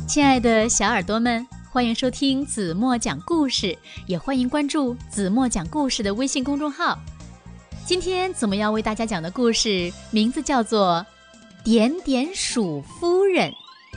亲爱的小耳朵们，欢迎收听子墨讲故事，也欢迎关注子墨讲故事的微信公众号。今天子墨要为大家讲的故事名字叫做点点鼠夫人。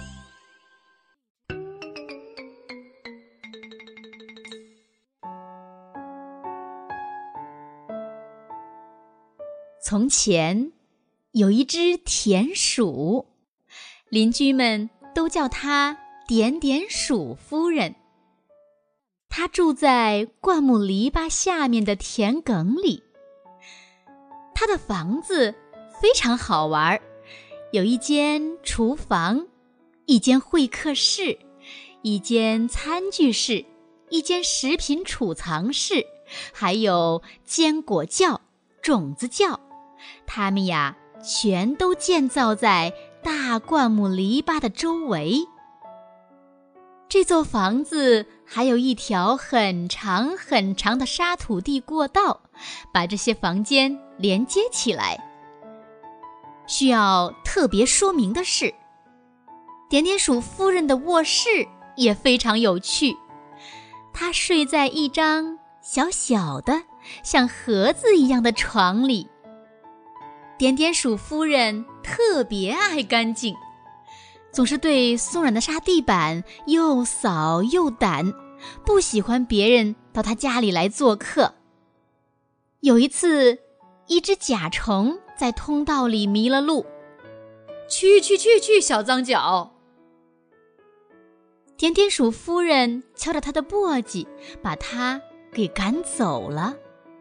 从前有一只田鼠，邻居们都叫她点点鼠夫人。她住在灌木篱笆下面的田埂里。她的房子非常好玩，有一间厨房，一间会客室，一间餐具室，一间食品储藏室，还有坚果窖、种子窖。它们呀，全都建造在大灌木篱笆的周围。这座房子还有一条很长很长的沙土地过道，把这些房间连接起来。需要特别说明的是，点点鼠夫人的卧室也非常有趣。她睡在一张小小的像盒子一样的床里。点点鼠夫人特别爱干净，总是对松软的沙地板又扫又掸，不喜欢别人到她家里来做客。有一次，一只甲虫在通道里迷了路，去，小脏脚！点点鼠夫人敲着它的簸箕，把它给赶走了。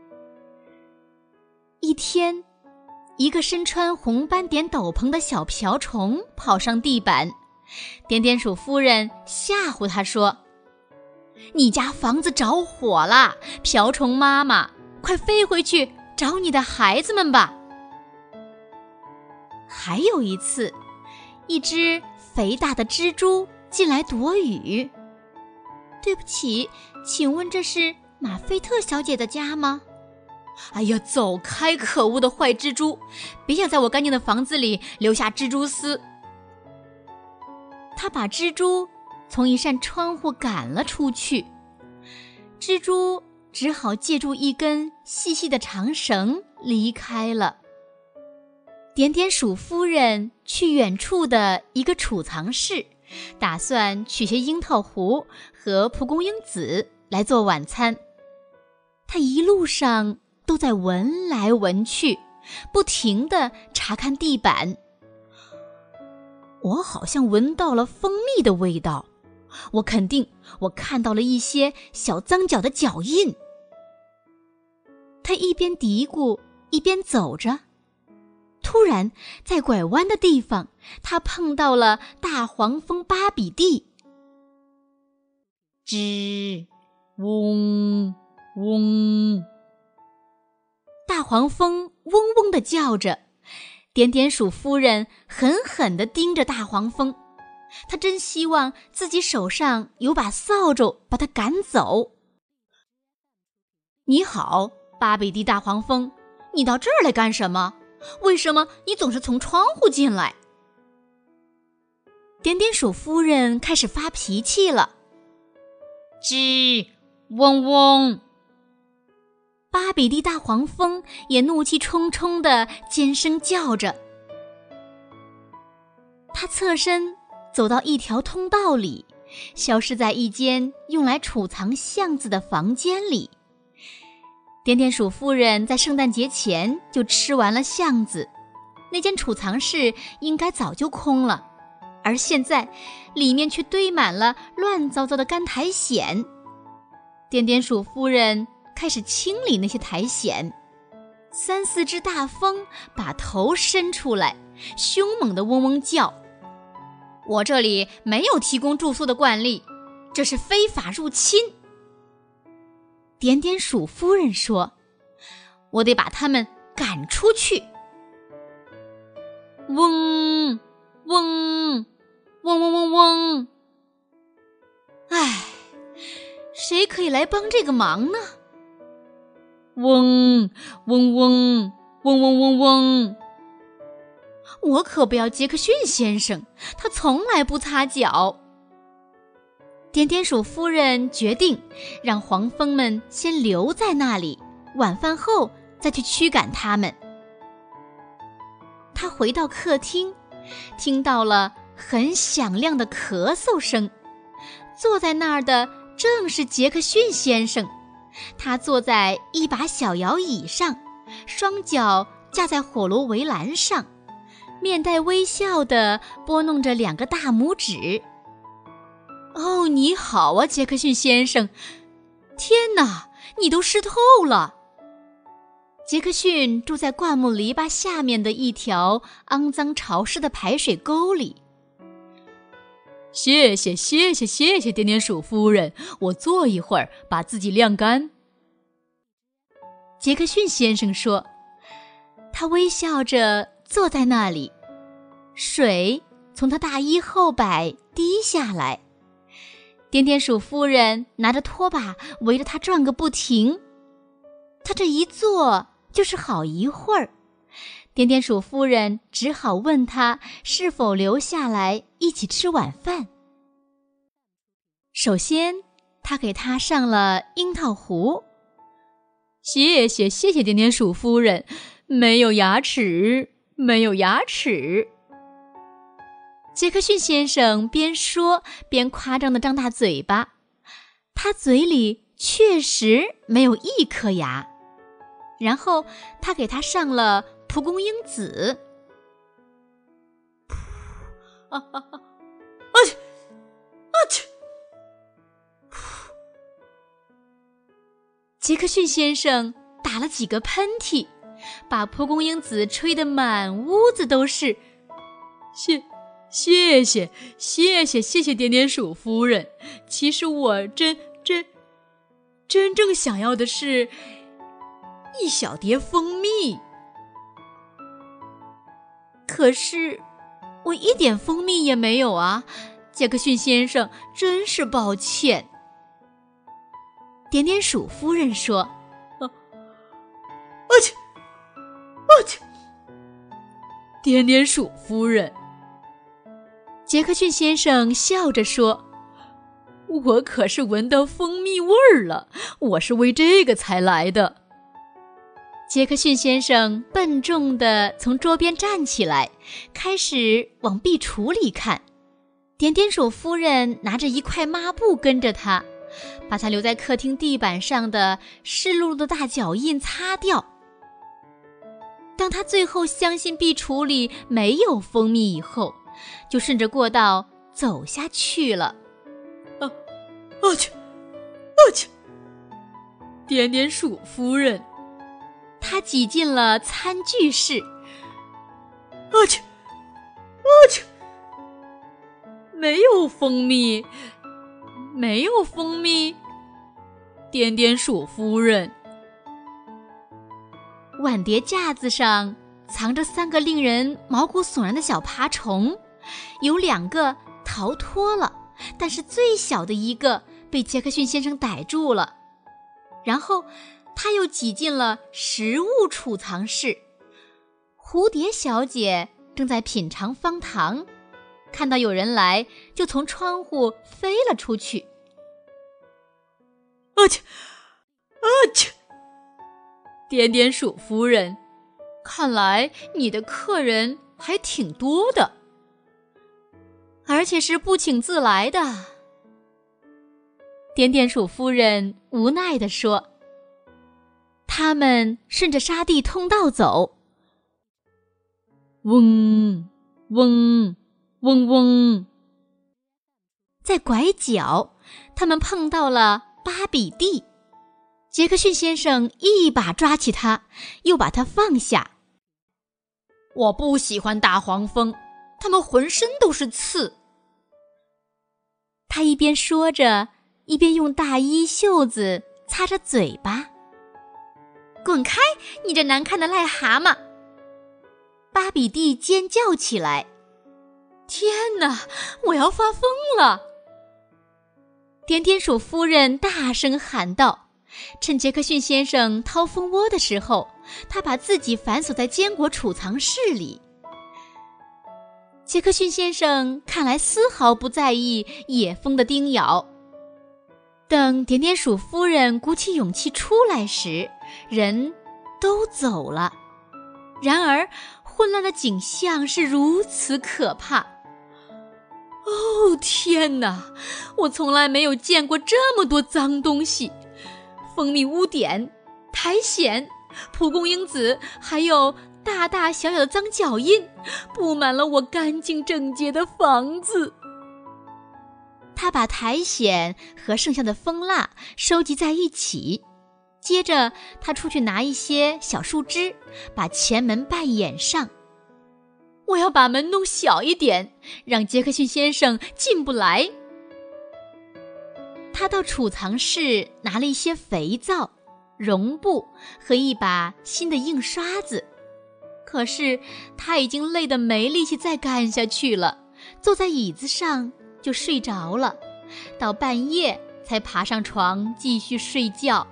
一天，一个身穿红斑点斗篷的小瓢虫跑上地板，点点鼠夫人吓唬他说：“你家房子着火了，瓢虫妈妈，快飞回去找你的孩子们吧。”还有一次，一只肥大的蜘蛛进来躲雨。对不起，请问这是马菲特小姐的家吗？哎呀，走开，可恶的坏蜘蛛，别想在我干净的房子里留下蜘蛛丝。他把蜘蛛从一扇窗户赶了出去，蜘蛛只好借助一根细细的长绳离开了。点点鼠夫人去远处的一个储藏室，打算取些樱桃核和蒲公英籽来做晚餐。她一路上都在闻来闻去，不停地查看地板。我好像闻到了蜂蜜的味道，我肯定我看到了一些小脏脚的脚印。他一边嘀咕一边走着，突然在拐弯的地方，他碰到了大黄蜂巴比蒂。吱嗡嗡，大黄蜂嗡嗡地叫着，点点鼠夫人狠狠地盯着大黄蜂，她真希望自己手上有把扫帚把它赶走。你好，巴比蒂大黄蜂，你到这儿来干什么？为什么你总是从窗户进来？点点鼠夫人开始发脾气了。吱嗡嗡，巴比蒂大黄蜂也怒气冲冲地尖声叫着。他侧身走到一条通道里，消失在一间用来储藏橡子的房间里。点点鼠夫人在圣诞节前就吃完了橡子，那间储藏室应该早就空了，而现在里面却堆满了乱糟糟的干苔藓。点点鼠夫人开始清理那些苔藓，三四只大蜂把头伸出来，凶猛地嗡嗡叫。我这里没有提供住宿的惯例，这是非法入侵。点点鼠夫人说：“我得把他们赶出去。”嗡嗡嗡嗡嗡嗡，唉，谁可以来帮这个忙呢？嗡嗡嗡嗡嗡嗡嗡，我可不要杰克逊先生，他从来不擦脚。 点点鼠夫人决定让黄蜂们先留在那里，晚饭后再去驱赶它们。她回到客厅，听到了很响亮的咳嗽声。坐在那儿的正是杰克逊先生，他坐在一把小摇椅上，双脚架在火炉围栏上，面带微笑地拨弄着2个大拇指。哦，你好啊，杰克逊先生！天哪，你都湿透了！杰克逊住在灌木篱笆下面的一条肮脏潮湿的排水沟里。 谢谢点点鼠夫人，我坐一会儿，把自己晾干。 杰克逊先生说，他微笑着坐在那里，水从他大衣后摆滴下来。点点鼠夫人拿着拖把围着他转个不停，他这一坐就是好一会儿。点点鼠夫人只好问他是否留下来一起吃晚饭。首先，他给他上了樱桃核。 谢谢点点鼠夫人，没有牙齿。 杰克逊先生边说边夸张地张大嘴巴，他嘴里确实没有一颗牙。然后他给他上了蒲公英籽。杰克逊先生打了几个喷嚏，把蒲公英籽吹得满屋子都是。 谢谢点点鼠夫人，其实我真正想要的是一小碟蜂蜜。 可是我一点蜂蜜也没有啊，杰克逊先生，真是抱歉。点点鼠夫人说， 点点鼠夫人。 杰克逊先生笑着说， 我可是闻到蜂蜜味儿了，我是为这个才来的。 杰克逊先生笨重地从桌边站起来，开始往壁橱里看。点点鼠夫人拿着一块抹布跟着他，把他留在客厅地板上的湿漉漉的大脚印擦掉。当他最后相信壁橱里没有蜂蜜以后，就顺着过道走下去了。 点点鼠夫人， 他挤进了餐具室。 没有蜂蜜，点点鼠夫人。 碗碟架子上藏着3个令人毛骨悚然的小爬虫，有2个逃脱了，但是最小的一个被杰克逊先生逮住了。然后他又挤进了食物储藏室。蝴蝶小姐正在品尝方糖，看到有人来，就从窗户飞了出去。 点点鼠夫人，看来你的客人还挺多的， 而且是不请自来的。点点鼠夫人无奈地说，他们顺着沙地通道走。 嗡嗡嗡嗡， 在拐角，他们碰到了巴比蒂。杰克逊先生一把抓起他，又把他放下。我不喜欢大黄蜂，它们浑身都是刺。他一边说着，一边用大衣袖子擦着嘴巴。滚开，你这难看的癞蛤蟆！巴比蒂尖叫起来。天哪，我要发疯了！点点鼠夫人大声喊道。趁杰克逊先生掏蜂窝的时候，他把自己反锁在坚果储藏室里。杰克逊先生看来丝毫不在意野蜂的叮咬， 等点点鼠夫人鼓起勇气出来时，人都走了。然而混乱的景象是如此可怕。 哦，天哪！我从来没有见过这么多脏东西，蜂蜜污点、苔藓、蒲公英籽，还有大大小小的脏脚印，布满了我干净整洁的房子。 他把苔藓和剩下的蜂蜡收集在一起，接着他出去拿一些小树枝，把前门半掩上。 我要把门弄小一点，让杰克逊先生进不来。 他到储藏室拿了一些肥皂、绒布和一把新的硬刷子，可是他已经累得没力气再干下去了，坐在椅子上就睡着了，到半夜才爬上床继续睡觉。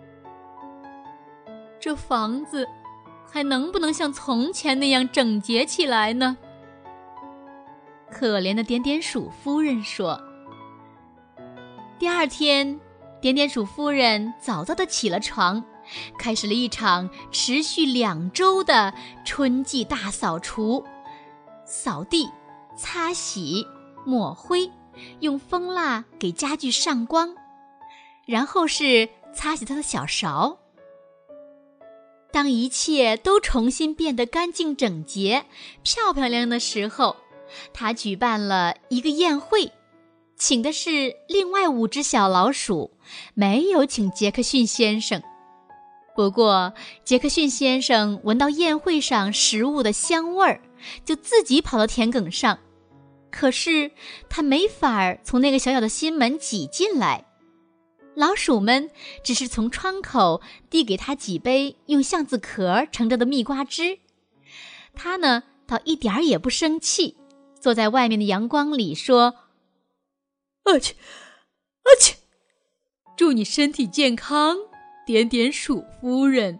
这房子还能不能像从前那样整洁起来呢？ 可怜的点点鼠夫人说。第二天，点点鼠夫人早早地起了床，开始了一场持续2周的春季大扫除，扫地、擦洗、抹灰，用蜂蜡给家具上光，然后是擦洗她的小勺。当一切都重新变得干净整洁、漂漂亮亮的时候，他举办了一个宴会，请的是另外5只小老鼠，没有请杰克逊先生。不过杰克逊先生闻到宴会上食物的香味儿，就自己跑到田埂上，可是他没法从那个小小的心门挤进来。老鼠们只是从窗口递给他几杯用橡子壳盛着的蜜瓜汁，他呢倒一点儿也不生气，坐在外面的阳光里说： 阿切，阿切，祝你身体健康，点点鼠夫人。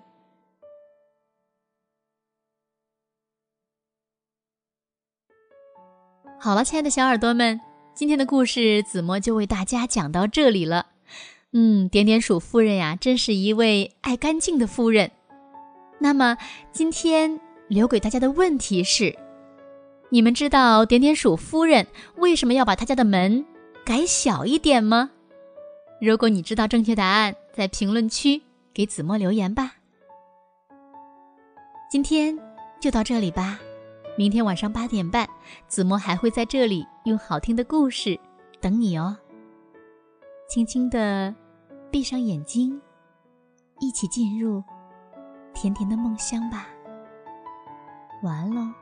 好了，亲爱的小耳朵们，今天的故事子墨就为大家讲到这里了。点点鼠夫人呀，真是一位爱干净的夫人。那么今天留给大家的问题是，你们知道点点鼠夫人为什么要把她家的门改小一点吗？如果你知道正确答案，在评论区给子墨留言吧。今天就到这里吧，明天晚上8点半，子墨还会在这里用好听的故事等你哦。轻轻地闭上眼睛，一起进入甜甜的梦乡吧。晚安喽。